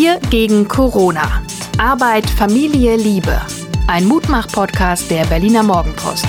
Wir gegen Corona. Arbeit, Familie, Liebe. Ein Mutmach-Podcast der Berliner Morgenpost.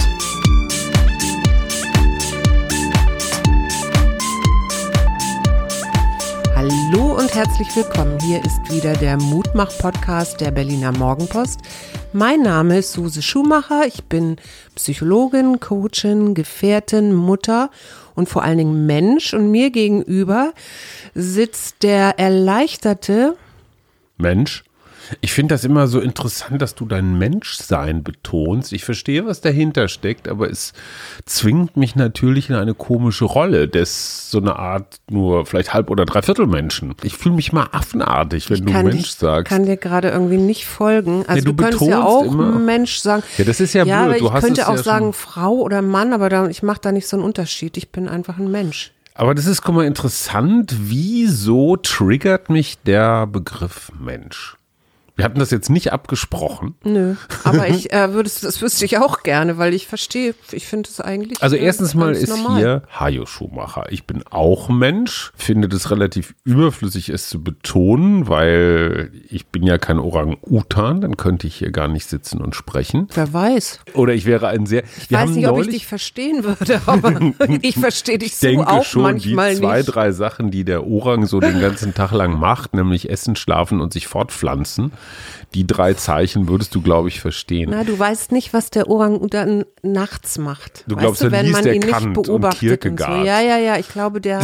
Hallo und herzlich willkommen. Hier ist wieder der Mutmach-Podcast der Berliner Morgenpost. Mein Name ist Suse Schumacher. Ich bin Psychologin, Coachin, Gefährtin, Mutter und vor allen Dingen Mensch. Und mir gegenüber sitzt der erleichterte Mensch. Ich finde das immer so interessant, dass du dein Menschsein betonst. Ich verstehe, was dahinter steckt, aber es zwingt mich natürlich in eine komische Rolle des so eine Art nur vielleicht halb- oder dreiviertel Menschen. Ich fühle mich mal affenartig, wenn du Mensch sagst. Ich kann dir gerade irgendwie nicht folgen. Also ja, du könntest ja auch immer Mensch sagen. Ja, das ist ja blöd. Aber du ich hast könnte es auch ja sagen Frau oder Mann, aber ich mache da nicht so einen Unterschied. Ich bin einfach ein Mensch. Aber das ist, guck mal, interessant. Wieso triggert mich der Begriff Mensch? Wir hatten das jetzt nicht abgesprochen. Nö, aber das wüsste ich auch gerne, weil ich verstehe, ich finde es eigentlich Also erstens mal ist normal. hier Hajo Schumacher. Ich bin auch Mensch, finde das relativ überflüssig, es zu betonen, weil ich bin ja kein Orang-Utan, dann könnte ich hier gar nicht sitzen und sprechen. Wer weiß. Oder ich wäre ein sehr... Ich weiß nicht, ob ich dich verstehen würde, aber ich verstehe dich so auch schon, manchmal die zwei, nicht. drei Sachen, die der Orang so den ganzen Tag lang macht, nämlich essen, schlafen und sich fortpflanzen. Die 3 Zeichen würdest du, glaube ich, verstehen. Na, du weißt nicht, was der Orang-Utan nachts macht. Du glaubst, weißt du, wenn liest man der ihn nicht Kant beobachtet und Kierkegaard. Und so. Ja, ich glaube, der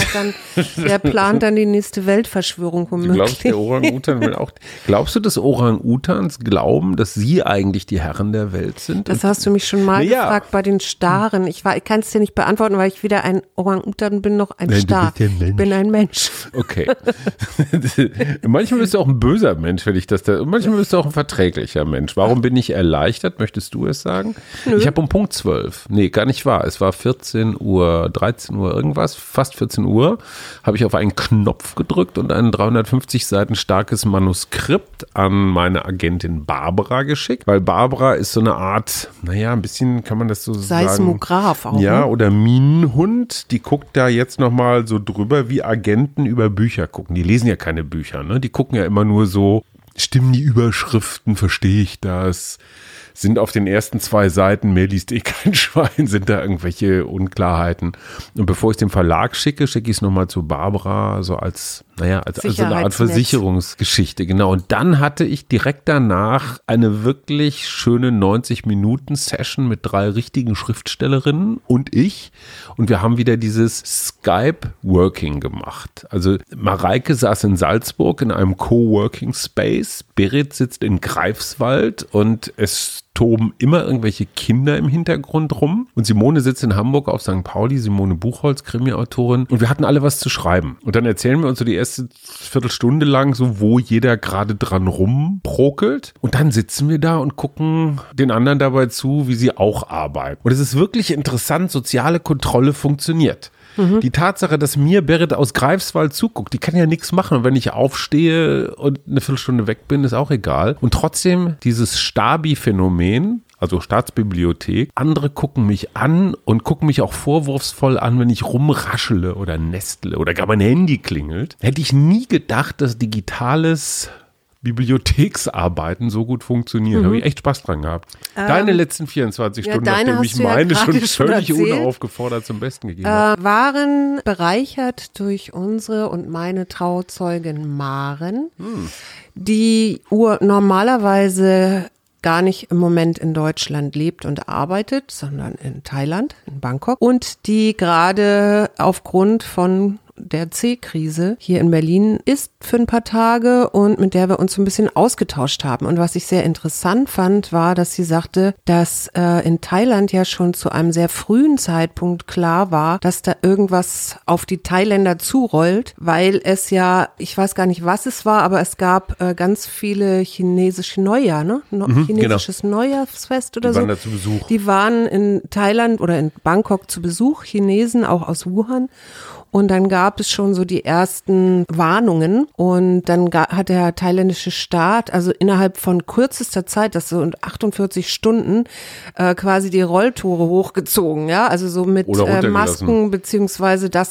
plant dann die nächste Weltverschwörung womöglich. Du glaubst, der Orang-Utan will auch. Glaubst du, dass Orang-Utans glauben, dass sie eigentlich die Herren der Welt sind? Das hast du mich schon mal gefragt bei den Staren. Ich kann es dir nicht beantworten, weil ich weder ein Orang-Utan bin noch ein Star. Ich bin ein Mensch. Okay. Manchmal bist du auch ein böser Mensch, wenn ich das da. Manchmal bist du auch ein verträglicher Mensch. Warum bin ich erleichtert? Möchtest du es sagen? Nö. Ich habe um Punkt 12. Nee, gar nicht wahr. Es war 14 Uhr, 13 Uhr irgendwas, fast 14 Uhr, habe ich auf einen Knopf gedrückt und ein 350 Seiten starkes Manuskript an meine Agentin Barbara geschickt, weil Barbara ist so eine Art, ein bisschen kann man das so sagen. Seismograph auch. Ja, oder Minenhund. Die guckt da jetzt nochmal so drüber, wie Agenten über Bücher gucken. Die lesen ja keine Bücher, ne? Die gucken ja immer nur so, stimmen die Überschriften, verstehe ich das? Sind auf den ersten 2 Seiten, mehr liest kein Schwein, sind da irgendwelche Unklarheiten. Und bevor ich es dem Verlag schicke, schicke ich es nochmal zu Barbara, so als so eine Art Versicherungsgeschichte. Genau. Und dann hatte ich direkt danach eine wirklich schöne 90-Minuten-Session mit 3 richtigen Schriftstellerinnen und ich. Und wir haben wieder dieses Skype-Working gemacht. Also Mareike saß in Salzburg in einem Coworking-Space. Berit sitzt in Greifswald und es toben immer irgendwelche Kinder im Hintergrund rum. Und Simone sitzt in Hamburg auf St. Pauli, Simone Buchholz, Krimi-Autorin. Und wir hatten alle was zu schreiben. Und dann erzählen wir uns so die erste Viertelstunde lang so, wo jeder gerade dran rumprokelt. Und dann sitzen wir da und gucken den anderen dabei zu, wie sie auch arbeiten. Und es ist wirklich interessant, soziale Kontrolle funktioniert. Die Tatsache, dass mir Berit aus Greifswald zuguckt, die kann ja nichts machen. Und wenn ich aufstehe und eine Viertelstunde weg bin, ist auch egal. Und trotzdem dieses Stabi-Phänomen, also Staatsbibliothek, andere gucken mich an und gucken mich auch vorwurfsvoll an, wenn ich rumraschele oder nestle oder gar mein Handy klingelt. Hätte ich nie gedacht, dass digitales Bibliotheksarbeiten so gut funktionieren. Habe ich echt Spaß dran gehabt. Deine letzten 24 Stunden, nachdem ich meine schon völlig unaufgefordert zum Besten gegeben habe. Waren bereichert durch unsere und meine Trauzeugin Maren, die normalerweise gar nicht im Moment in Deutschland lebt und arbeitet, sondern in Thailand, in Bangkok, und die gerade aufgrund von der C-Krise hier in Berlin ist für ein paar Tage und mit der wir uns so ein bisschen ausgetauscht haben. Und was ich sehr interessant fand, war, dass sie sagte, dass in Thailand ja schon zu einem sehr frühen Zeitpunkt klar war, dass da irgendwas auf die Thailänder zurollt, weil es ja, ich weiß gar nicht, was es war, aber es gab ganz viele chinesische Neujahr, ne? Chinesisches Neujahrsfest oder so. Die waren da zu Besuch. Die waren in Thailand oder in Bangkok zu Besuch, Chinesen, auch aus Wuhan. Und dann gab es schon so die ersten Warnungen und dann hat der thailändische Staat also innerhalb von kürzester Zeit, das so 48 Stunden, quasi die Rolltore hochgezogen, ja, also so mit Masken beziehungsweise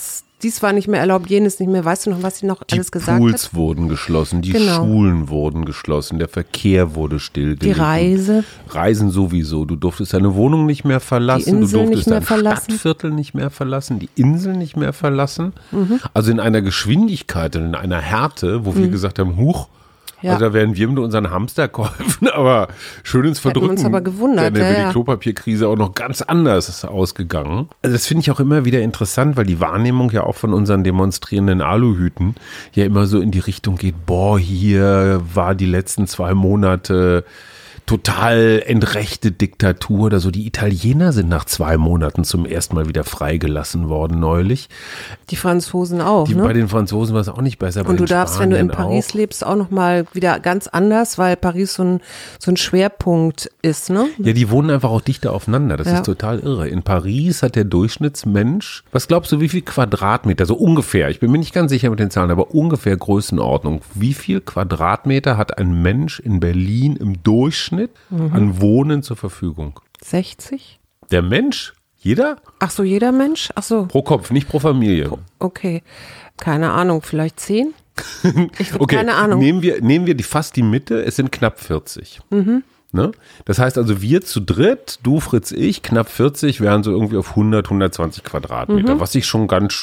dies war nicht mehr erlaubt, jenes nicht mehr. Weißt du noch, was sie noch alles gesagt hat? Die Pools wurden geschlossen, die Schulen wurden geschlossen, der Verkehr wurde stillgelegt. Die Reisen sowieso. Du durftest deine Wohnung nicht mehr verlassen, du durftest dein Stadtviertel nicht mehr verlassen, die Insel nicht mehr verlassen. Also in einer Geschwindigkeit und in einer Härte, wo wir gesagt haben, huch, also da werden wir mit unseren Hamsterkäufen aber schön ins Verdrücken. Hätten uns aber gewundert. Dann wäre die Klopapierkrise auch noch ganz anders ausgegangen. Also das finde ich auch immer wieder interessant, weil die Wahrnehmung ja auch von unseren demonstrierenden Aluhüten ja immer so in die Richtung geht, boah, hier war die letzten 2 Monate total entrechte Diktatur oder so. Die Italiener sind nach 2 Monaten zum ersten Mal wieder freigelassen worden neulich. Die Franzosen auch, ne? Bei den Franzosen war es auch nicht besser. Und du darfst, wenn du in Paris lebst, auch nochmal wieder ganz anders, weil Paris so ein Schwerpunkt ist, ne? Ja, die wohnen einfach auch dichter aufeinander. Das ist total irre. In Paris hat der Durchschnittsmensch, was glaubst du, wie viel Quadratmeter, so ungefähr, ich bin mir nicht ganz sicher mit den Zahlen, aber ungefähr Größenordnung, wie viel Quadratmeter hat ein Mensch in Berlin im Durchschnitt an Wohnen zur Verfügung? 60? Der Mensch? Jeder? Ach so, jeder Mensch? Ach so. Pro Kopf, nicht pro Familie. Okay. Keine Ahnung, vielleicht 10? Okay, keine Ahnung. Nehmen wir fast die Mitte, es sind knapp 40. Ne? Das heißt also, wir zu dritt, du, Fritz, ich, knapp 40, wären so irgendwie auf 100, 120 Quadratmeter, was ich schon ganz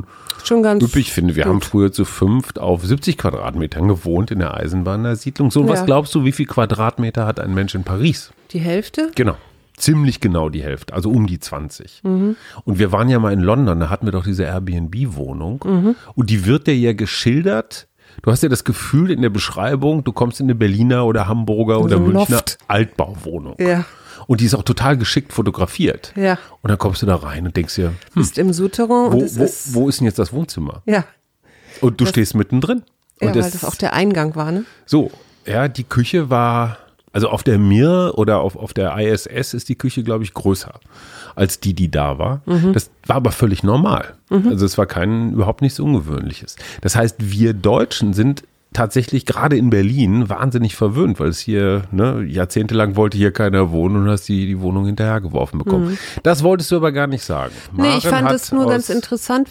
üppig finde. Wir haben früher zu 5 auf 70 Quadratmetern gewohnt in der Eisenbahnersiedlung. So, was glaubst du, wie viel Quadratmeter hat ein Mensch in Paris? Die Hälfte? Genau. Ziemlich genau die Hälfte, also um die 20. Und wir waren ja mal in London, da hatten wir doch diese Airbnb-Wohnung und die wird dir ja geschildert. Du hast ja das Gefühl in der Beschreibung, du kommst in eine Berliner oder Hamburger oder Münchner Altbauwohnung. Ja. Und die ist auch total geschickt fotografiert. Ja. Und dann kommst du da rein und denkst dir, ist im Souterrain wo ist denn jetzt das Wohnzimmer? Ja. Und du stehst mittendrin. Ja, und weil das auch der Eingang war, ne? So, ja, die Küche war, also auf der Mir oder auf der ISS ist die Küche, glaube ich, größer als die da war. Das war aber völlig normal. Also es war überhaupt nichts Ungewöhnliches. Das heißt, wir Deutschen sind tatsächlich gerade in Berlin wahnsinnig verwöhnt, weil es hier, jahrzehntelang wollte hier keiner wohnen und hast die Wohnung hinterhergeworfen bekommen. Das wolltest du aber gar nicht sagen. Nee, ich fand das nur ganz interessant,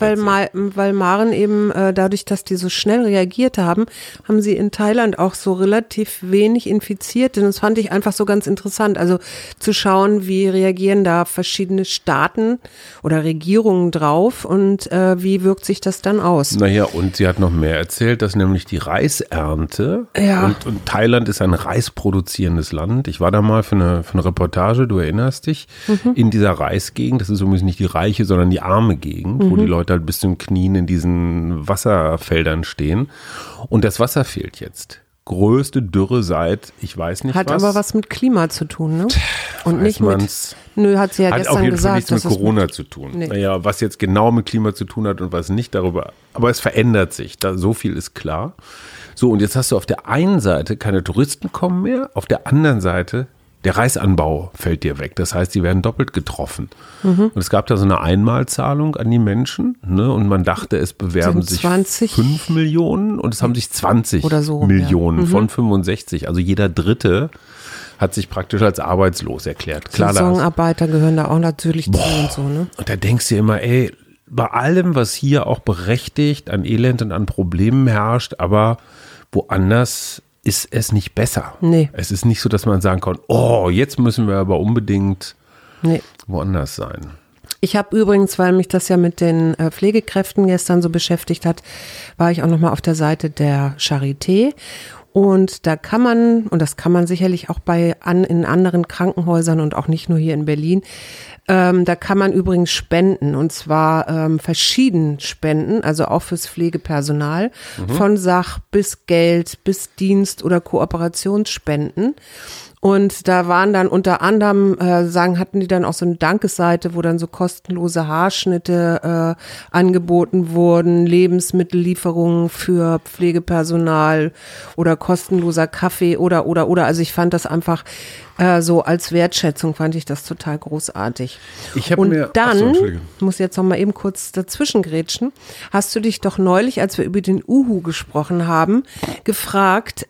weil Maren eben dadurch, dass die so schnell reagiert haben sie in Thailand auch so relativ wenig infiziert. Und das fand ich einfach so ganz interessant. Also zu schauen, wie reagieren da verschiedene Staaten oder Regierungen drauf und wie wirkt sich das dann aus? Naja, und sie hat noch mehr erzählt, dass nämlich die Reisernte und Thailand ist ein reisproduzierendes Land. Ich war da mal für eine Reportage, du erinnerst dich, in dieser Reisgegend. Das ist übrigens nicht die reiche, sondern die arme Gegend, wo die Leute halt bis zum Knien in diesen Wasserfeldern stehen. Und das Wasser fehlt jetzt. Größte Dürre seit, ich weiß nicht was. Hat aber was mit Klima zu tun, ne? Und nicht mit, hat sie ja gestern gesagt. Hat auf jeden Fall nichts mit Corona zu tun. Nee. Naja, was jetzt genau mit Klima zu tun hat und was nicht darüber, aber es verändert sich, so viel ist klar. So, und jetzt hast du auf der einen Seite keine Touristen kommen mehr, auf der anderen Seite der Reisanbau fällt dir weg. Das heißt, die werden doppelt getroffen. Und es gab da so eine Einmalzahlung an die Menschen, ne? Und man dachte, es bewerben sich 5 Millionen und es haben sich 20 oder so, Millionen von 65. Also jeder Dritte hat sich praktisch als arbeitslos erklärt. Klar, Saisonarbeiter gehören da auch natürlich zu und so, ne? Und da denkst du immer, ey, bei allem, was hier auch berechtigt an Elend und an Problemen herrscht, aber woanders ist es nicht besser. Nee. Es ist nicht so, dass man sagen kann, jetzt müssen wir aber unbedingt woanders sein. Ich habe übrigens, weil mich das ja mit den Pflegekräften gestern so beschäftigt hat, war ich auch nochmal auf der Seite der Charité. Und da kann man, und das kann man sicherlich auch in anderen Krankenhäusern und auch nicht nur hier in Berlin, da kann man übrigens spenden, und zwar verschieden spenden, also auch fürs Pflegepersonal, von Sach bis Geld bis Dienst- oder Kooperationsspenden. Und da waren dann unter anderem, hatten die dann auch so eine Dankesseite, wo dann so kostenlose Haarschnitte angeboten wurden, Lebensmittellieferungen für Pflegepersonal oder kostenloser Kaffee oder. Also ich fand das einfach so als Wertschätzung fand ich das total großartig. Muss jetzt noch mal eben kurz dazwischen grätschen, hast du dich doch neulich, als wir über den Uhu gesprochen haben, gefragt,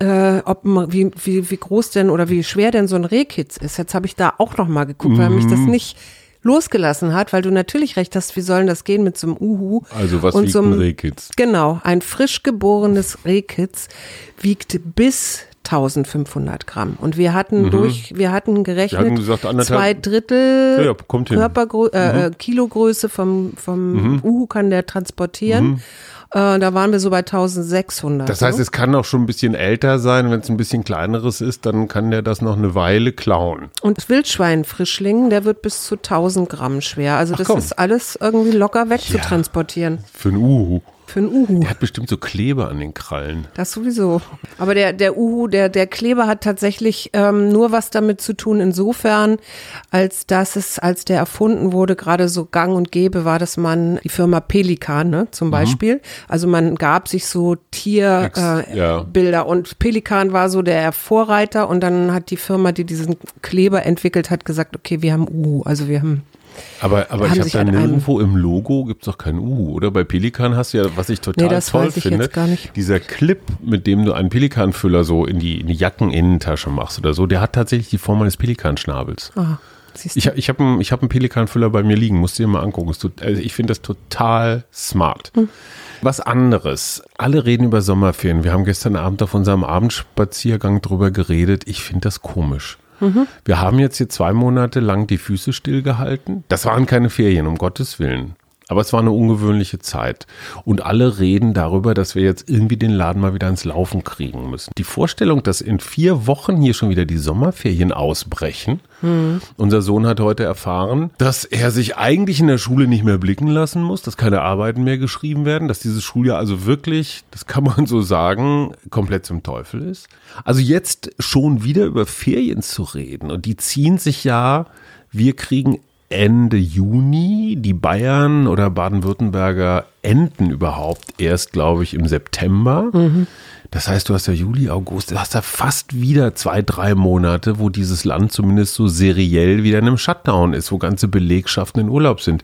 wie groß denn oder wie schwer denn so ein Rehkitz ist. Jetzt habe ich da auch noch mal geguckt, weil mich das nicht losgelassen hat, weil du natürlich recht hast, wie soll das gehen mit so einem Uhu? Also was und wiegt so ein Rehkitz? Genau, ein frisch geborenes Rehkitz wiegt bis 1500 Gramm. Und wir hatten gerechnet, gesagt, 2 Drittel kommt hin. Kilogröße vom Uhu kann der transportieren. Da waren wir so bei 1600. Das heißt, es kann auch schon ein bisschen älter sein. Wenn es ein bisschen kleineres ist, dann kann der das noch eine Weile klauen. Und Wildschweinfrischling, der wird bis zu 1000 Gramm schwer. Also das ist alles irgendwie locker wegzutransportieren. Für einen Uhu. Für einen Uhu. Der hat bestimmt so Kleber an den Krallen. Das sowieso. Aber der Uhu, der Kleber hat tatsächlich nur was damit zu tun, insofern, als der erfunden wurde, gerade so gang und gäbe war, dass man die Firma Pelikan, ne, zum Beispiel, also man gab sich so Tierbilder und Pelikan war so der Vorreiter und dann hat die Firma, die diesen Kleber entwickelt hat, gesagt, okay, wir haben Uhu, also wir haben Aber ich habe da nirgendwo im Logo, gibt es doch kein Uhu, oder? Bei Pelikan hast du ja, was ich total toll finde, dieser Clip, mit dem du einen Pelikanfüller so in die Jackeninnentasche machst oder so, der hat tatsächlich die Form eines Pelikanschnabels. Aha, siehst du. Ich hab einen Pelikanfüller bei mir liegen, musst du dir mal angucken. Also ich finde das total smart. Was anderes. Alle reden über Sommerferien. Wir haben gestern Abend auf unserem Abendspaziergang drüber geredet. Ich finde das komisch. Wir haben jetzt hier 2 Monate lang die Füße stillgehalten. Das waren keine Ferien, um Gottes Willen. Aber es war eine ungewöhnliche Zeit. Und alle reden darüber, dass wir jetzt irgendwie den Laden mal wieder ins Laufen kriegen müssen. Die Vorstellung, dass in 4 Wochen hier schon wieder die Sommerferien ausbrechen. Unser Sohn hat heute erfahren, dass er sich eigentlich in der Schule nicht mehr blicken lassen muss, dass keine Arbeiten mehr geschrieben werden, dass dieses Schuljahr also wirklich, das kann man so sagen, komplett zum Teufel ist. Also jetzt schon wieder über Ferien zu reden und die ziehen sich ja, wir kriegen Ende Juni, die Bayern oder Baden-Württemberger enden überhaupt erst, glaube ich, im September. Das heißt, du hast ja Juli, August, du hast ja fast wieder 2-3 Monate, wo dieses Land zumindest so seriell wieder in einem Shutdown ist, wo ganze Belegschaften in Urlaub sind.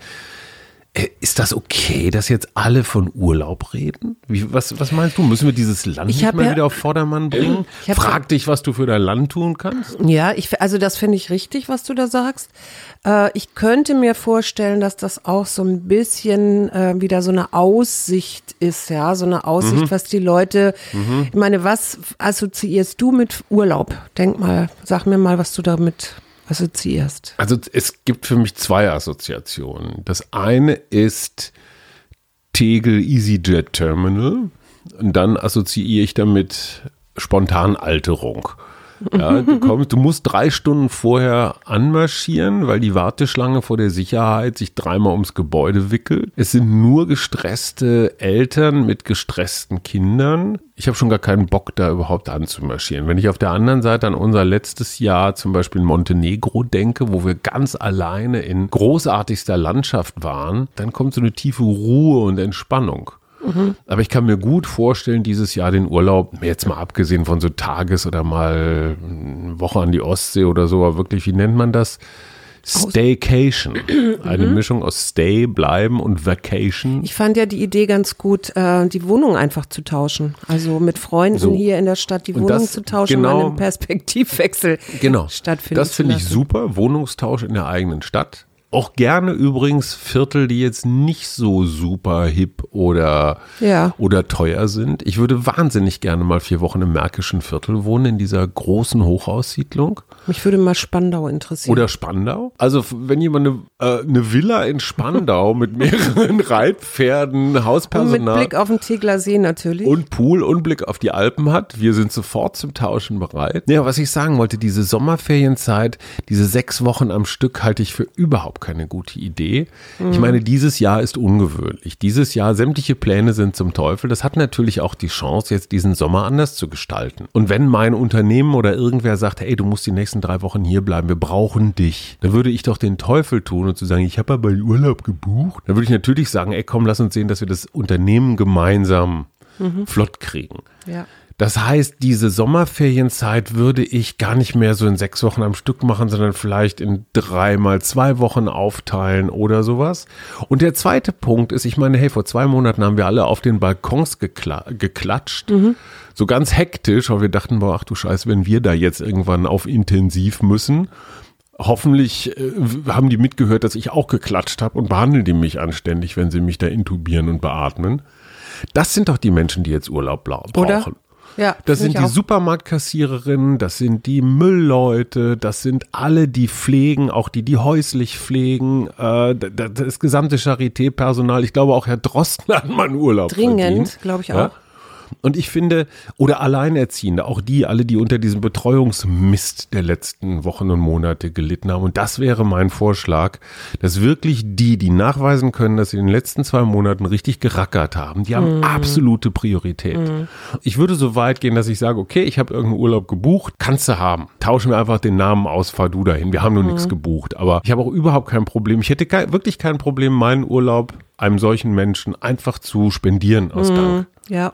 Ist das okay, dass jetzt alle von Urlaub reden? Was meinst du? Müssen wir dieses Land nicht mal wieder auf Vordermann bringen? Frag dich, was du für dein Land tun kannst. Ja, also das finde ich richtig, was du da sagst. Ich könnte mir vorstellen, dass das auch so ein bisschen wieder so eine Aussicht ist, ja, so eine Aussicht, was die Leute, ich meine, was assoziierst du mit Urlaub? Sag mir mal, was du damit assoziierst. Also es gibt für mich 2 Assoziationen. Das eine ist Tegel EasyJet Terminal und dann assoziiere ich damit Spontanalterung. Ja, du musst 3 Stunden vorher anmarschieren, weil die Warteschlange vor der Sicherheit sich 3-mal ums Gebäude wickelt. Es sind nur gestresste Eltern mit gestressten Kindern. Ich habe schon gar keinen Bock, da überhaupt anzumarschieren. Wenn ich auf der anderen Seite an unser letztes Jahr zum Beispiel in Montenegro denke, wo wir ganz alleine in großartigster Landschaft waren, dann kommt so eine tiefe Ruhe und Entspannung. Aber ich kann mir gut vorstellen, dieses Jahr den Urlaub, jetzt mal abgesehen von so Tages- oder mal eine Woche an die Ostsee oder so, aber wirklich, wie nennt man das? Staycation. Eine Mischung aus Stay, Bleiben und Vacation. Ich fand ja die Idee ganz gut, die Wohnung einfach zu tauschen. Also mit Freunden hier in der Stadt die Wohnung zu tauschen, mal einen Perspektivwechsel stattfindet. Das finde ich super. Wohnungstausch in der eigenen Stadt. Auch gerne übrigens Viertel, die jetzt nicht so super hip oder teuer sind. Ich würde wahnsinnig gerne mal 4 Wochen im Märkischen Viertel wohnen, in dieser großen Hochhaussiedlung. Mich würde mal Spandau interessieren. Oder Spandau. Also wenn jemand eine Villa in Spandau mit mehreren Reitpferden, Hauspersonal. Und mit Blick auf den Tegler See natürlich. Und Pool und Blick auf die Alpen hat. Wir sind sofort zum Tauschen bereit. Ja, was ich sagen wollte, diese Sommerferienzeit, diese 6 Wochen am Stück halte ich für überhaupt keine gute Idee. Ich meine, dieses Jahr ist ungewöhnlich. Dieses Jahr, sämtliche Pläne sind zum Teufel. Das hat natürlich auch die Chance, jetzt diesen Sommer anders zu gestalten. Und wenn mein Unternehmen oder irgendwer sagt, hey, du musst die nächsten 3 Wochen hier bleiben, wir brauchen dich, dann würde ich doch den Teufel tun und zu sagen, ich habe aber einen Urlaub gebucht. Dann würde ich natürlich sagen, ey, komm, lass uns sehen, dass wir das Unternehmen gemeinsam flott kriegen. Ja. Das heißt, diese Sommerferienzeit würde ich gar nicht mehr so in 6 Wochen am Stück machen, sondern vielleicht in 3 mal 2 Wochen aufteilen oder sowas. Und der zweite Punkt ist, ich meine, hey, vor 2 Monaten haben wir alle auf den Balkons geklatscht. So ganz hektisch, weil wir dachten, boah, ach du Scheiße, wenn wir da jetzt irgendwann auf intensiv müssen. Hoffentlich haben die mitgehört, dass ich auch geklatscht habe und behandeln die mich anständig, wenn sie mich da intubieren und beatmen. Das sind doch die Menschen, die jetzt Urlaub brauchen. Oder? Ja, das sind die Supermarktkassiererinnen, das sind die Müllleute, das sind alle, die pflegen, auch die häuslich pflegen, das gesamte Charité-Personal. Ich glaube, auch Herr Drosten hat mal einen Urlaub dringend, glaube ich auch. Ja? Und ich finde, oder Alleinerziehende, auch alle, die unter diesem Betreuungsmist der letzten Wochen und Monate gelitten haben. Und das wäre mein Vorschlag, dass wirklich die nachweisen können, dass sie in den letzten 2 Monaten richtig gerackert haben, die haben absolute Priorität. Ich würde so weit gehen, dass ich sage, okay, ich habe irgendeinen Urlaub gebucht, kannst du haben. Tauschen wir einfach den Namen aus, fahr du dahin. Wir haben nur nichts gebucht. Aber ich habe auch überhaupt kein Problem. Ich hätte wirklich kein Problem, meinen Urlaub einem solchen Menschen einfach zu spendieren aus Dank. Ja.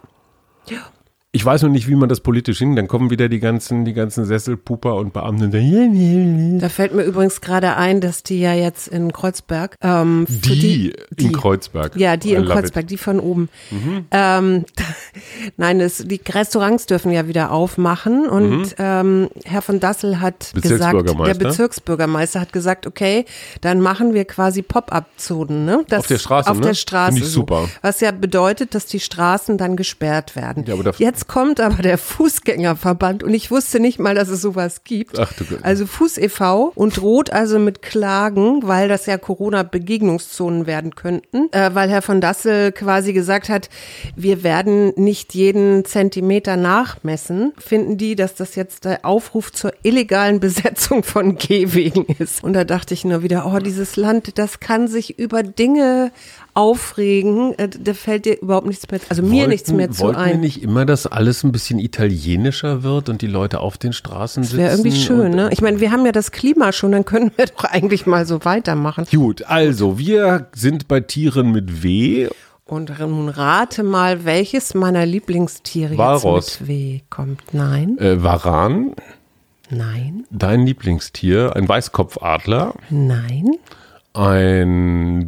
Ich weiß noch nicht, wie man das politisch hin, dann kommen wieder die ganzen Sesselpuper und Beamten und sagen, Da fällt mir übrigens gerade ein, dass die ja jetzt in Kreuzberg die in Kreuzberg. Ja, die in Kreuzberg, die von oben. Nein, die Restaurants dürfen ja wieder aufmachen und Herr von Dassel hat gesagt, der Bezirksbürgermeister hat gesagt, okay, dann machen wir quasi Pop-up-Zonen. Ne? Auf der Straße, Auf der Straße. Finde ich super. Was ja bedeutet, dass die Straßen dann gesperrt werden. Ja, aber Jetzt kommt aber der Fußgängerverband und ich wusste nicht mal, dass es sowas gibt. Ach du Gott. Also Fuß e.V. und droht also mit Klagen, weil das ja Corona-Begegnungszonen werden könnten, weil Herr von Dassel quasi gesagt hat, wir werden nicht jeden Zentimeter nachmessen, finden die, dass das jetzt der Aufruf zur illegalen Besetzung von Gehwegen ist. Und da dachte ich nur wieder, dieses Land, das kann sich über Dinge aufregen, da fällt dir überhaupt nichts mehr, also mir nichts mehr zu ein. Wollten wir nicht immer, dass alles ein bisschen italienischer wird und die Leute auf den Straßen sitzen? Das wäre irgendwie schön, ne? Ich meine, wir haben ja das Klima schon, dann können wir doch eigentlich mal so weitermachen. Gut, also wir sind bei Tieren mit W. Und nun rate mal, welches meiner Lieblingstiere Walross. Jetzt mit W kommt. Nein. Varan. Nein. Dein Lieblingstier, ein Weißkopfadler. Nein. Ein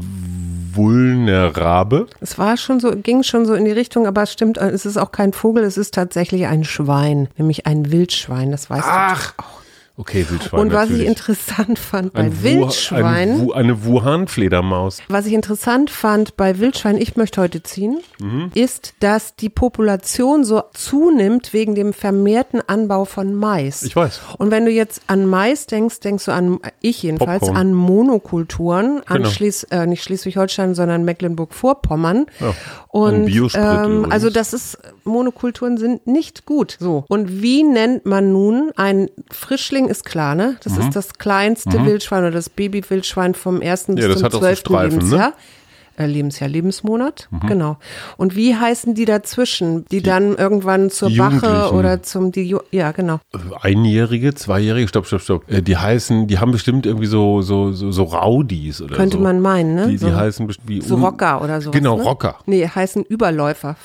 Vulnerabe. Es war schon so, ging schon so in die Richtung, aber es stimmt, es ist auch kein Vogel, es ist tatsächlich ein Schwein, nämlich ein Wildschwein, das weißt du auch. Okay, Wildschwein. Und was natürlich. ich interessant fand bei Wildschwein. Eine Wuhan-Fledermaus. Was ich interessant fand bei Wildschwein, ich möchte heute ziehen, ist, dass die Population so zunimmt wegen dem vermehrten Anbau von Mais. Ich weiß. Und wenn du jetzt an Mais denkst du an, ich jedenfalls, Popcorn. an Monokulturen, Genau. Nicht Schleswig-Holstein, sondern Mecklenburg-Vorpommern. Ja. Und Ein Biosprit übrigens. also Monokulturen sind nicht gut. So. Und wie nennt man nun ein Frischling, ist klar, ne? Das ist das kleinste Wildschwein oder das Baby-Wildschwein vom 1. bis das zum hat auch so 12. Streifen, Lebensjahr. Lebensmonat, genau. Und wie heißen die dazwischen, die dann irgendwann zur die Bache Jugendlichen. oder ja, genau. Einjährige, Zweijährige, stopp. Die haben bestimmt irgendwie so Raudis oder Könnte so. man meinen, ne? Die heißen bestimmt wie So Rocker oder sowas. Genau, ne? Rocker. Nee, heißen Überläufer,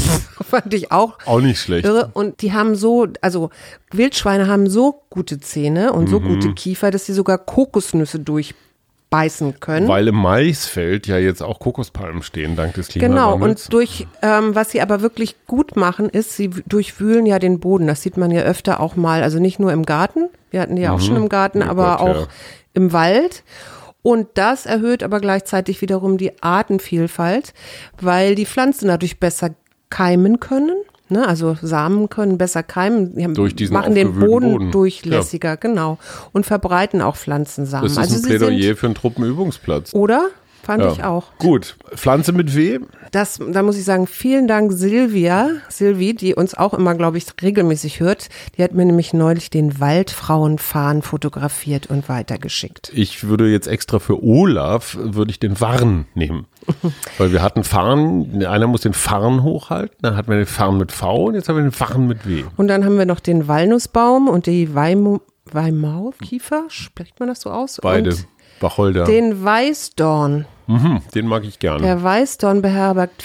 fand ich auch. Auch nicht schlecht. Irre. Und die haben Wildschweine haben so gute Zähne und so gute Kiefer, dass sie sogar Kokosnüsse durchbeißen können. Weil im Maisfeld ja jetzt auch Kokospalmen stehen, dank des Genau, Klimawandels. und was sie aber wirklich gut machen, ist, sie durchwühlen ja den Boden. Das sieht man ja öfter auch mal, also nicht nur im Garten, wir hatten die ja auch schon im Garten, aber Gott, auch im Wald. Und das erhöht aber gleichzeitig wiederum die Artenvielfalt, weil die Pflanzen dadurch besser keimen können. Ne? Also Samen können besser keimen, Durch diesen machen den aufgewühlten Boden durchlässiger, genau. Und verbreiten auch Pflanzensamen. Das ist also ein Plädoyer für einen Truppenübungsplatz. Oder? Fand ich auch. Gut, Pflanze mit W. Da muss ich sagen, vielen Dank Silvi, die uns auch immer, glaube ich, regelmäßig hört. Die hat mir nämlich neulich den Waldfrauenfarn fotografiert und weitergeschickt. Ich würde jetzt extra für Olaf, würde ich den Warn nehmen. Weil wir hatten Farn, einer muss den Farn hochhalten, dann hatten wir den Farn mit V und jetzt haben wir den Farn mit W. Und dann haben wir noch den Walnussbaum und die Weimautkiefer, spricht man das so aus? Beide, Und Wacholder. den Weißdorn. Den mag ich gerne. Der Weißdorn beherbergt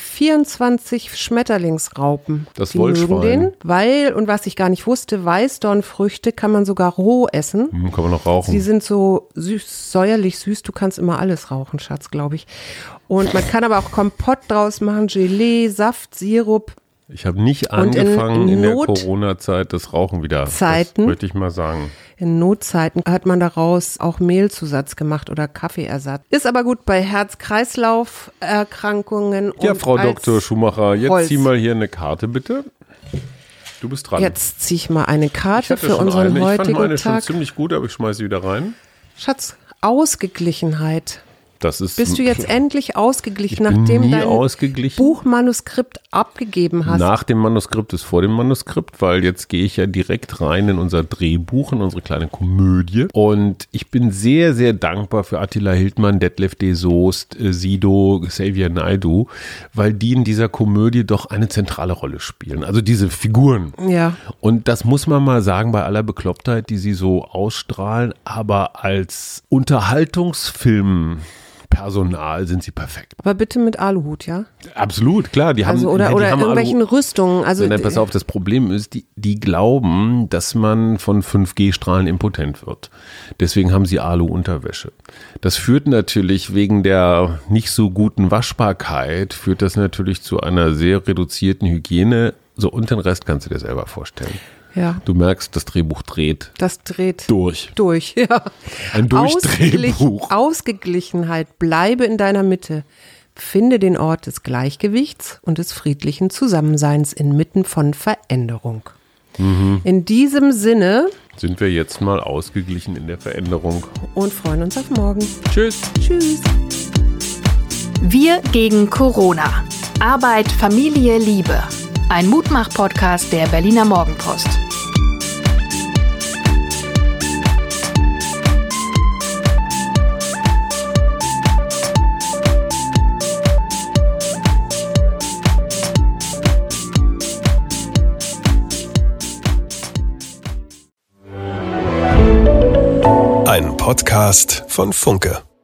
24 Schmetterlingsraupen. Das Die Wollschwein. mögen den, und was ich gar nicht wusste, Weißdornfrüchte kann man sogar roh essen. Kann man noch rauchen. Sie sind so süß, säuerlich süß. Du kannst immer alles rauchen, Schatz, glaube ich. Und man kann aber auch Kompott draus machen, Gelee, Saft, Sirup. Ich habe nicht angefangen in der Corona-Zeit das Rauchen wieder. Zeiten, das möchte ich mal sagen. In Notzeiten hat man daraus auch Mehlzusatz gemacht oder Kaffeeersatz. Ist aber gut bei Herz-Kreislauf-Erkrankungen. Ja, Frau Dr. Schumacher, jetzt zieh mal hier eine Karte bitte. Du bist dran. Jetzt ziehe ich mal eine Karte für unseren heutigen Tag. Ich fand meine schon ziemlich gut, aber ich schmeiße sie wieder rein. Schatz, Ausgeglichenheit. Bist du jetzt endlich ausgeglichen, nachdem du dein Buchmanuskript abgegeben hast? Nach dem Manuskript ist vor dem Manuskript, weil jetzt gehe ich ja direkt rein in unser Drehbuch, in unsere kleine Komödie. Und ich bin sehr, sehr dankbar für Attila Hildmann, Detlef de Soest, Sido, Xavier Naidoo, weil die in dieser Komödie doch eine zentrale Rolle spielen. Also diese Figuren. Ja. Und das muss man mal sagen, bei aller Beklopptheit, die sie so ausstrahlen, aber als Unterhaltungsfilm Personal sind sie perfekt. Aber bitte mit Aluhut, ja? Absolut, klar. Die haben, oder irgendwelchen Rüstungen. Also pass auf, das Problem ist, die glauben, dass man von 5G-Strahlen impotent wird. Deswegen haben sie Alu-Unterwäsche. Das führt natürlich wegen der nicht so guten Waschbarkeit, führt das natürlich zu einer sehr reduzierten Hygiene. So, und den Rest kannst du dir selber vorstellen. Ja. Du merkst, das Drehbuch dreht. Das dreht durch, ja. Ein Durchdrehbuch. Ausgeglichenheit, bleibe in deiner Mitte. Finde den Ort des Gleichgewichts und des friedlichen Zusammenseins inmitten von Veränderung. Mhm. In diesem Sinne sind wir jetzt mal ausgeglichen in der Veränderung. Und freuen uns auf morgen. Tschüss. Tschüss. Wir gegen Corona. Arbeit, Familie, Liebe. Ein Mutmach-Podcast der Berliner Morgenpost. Ein Podcast von Funke.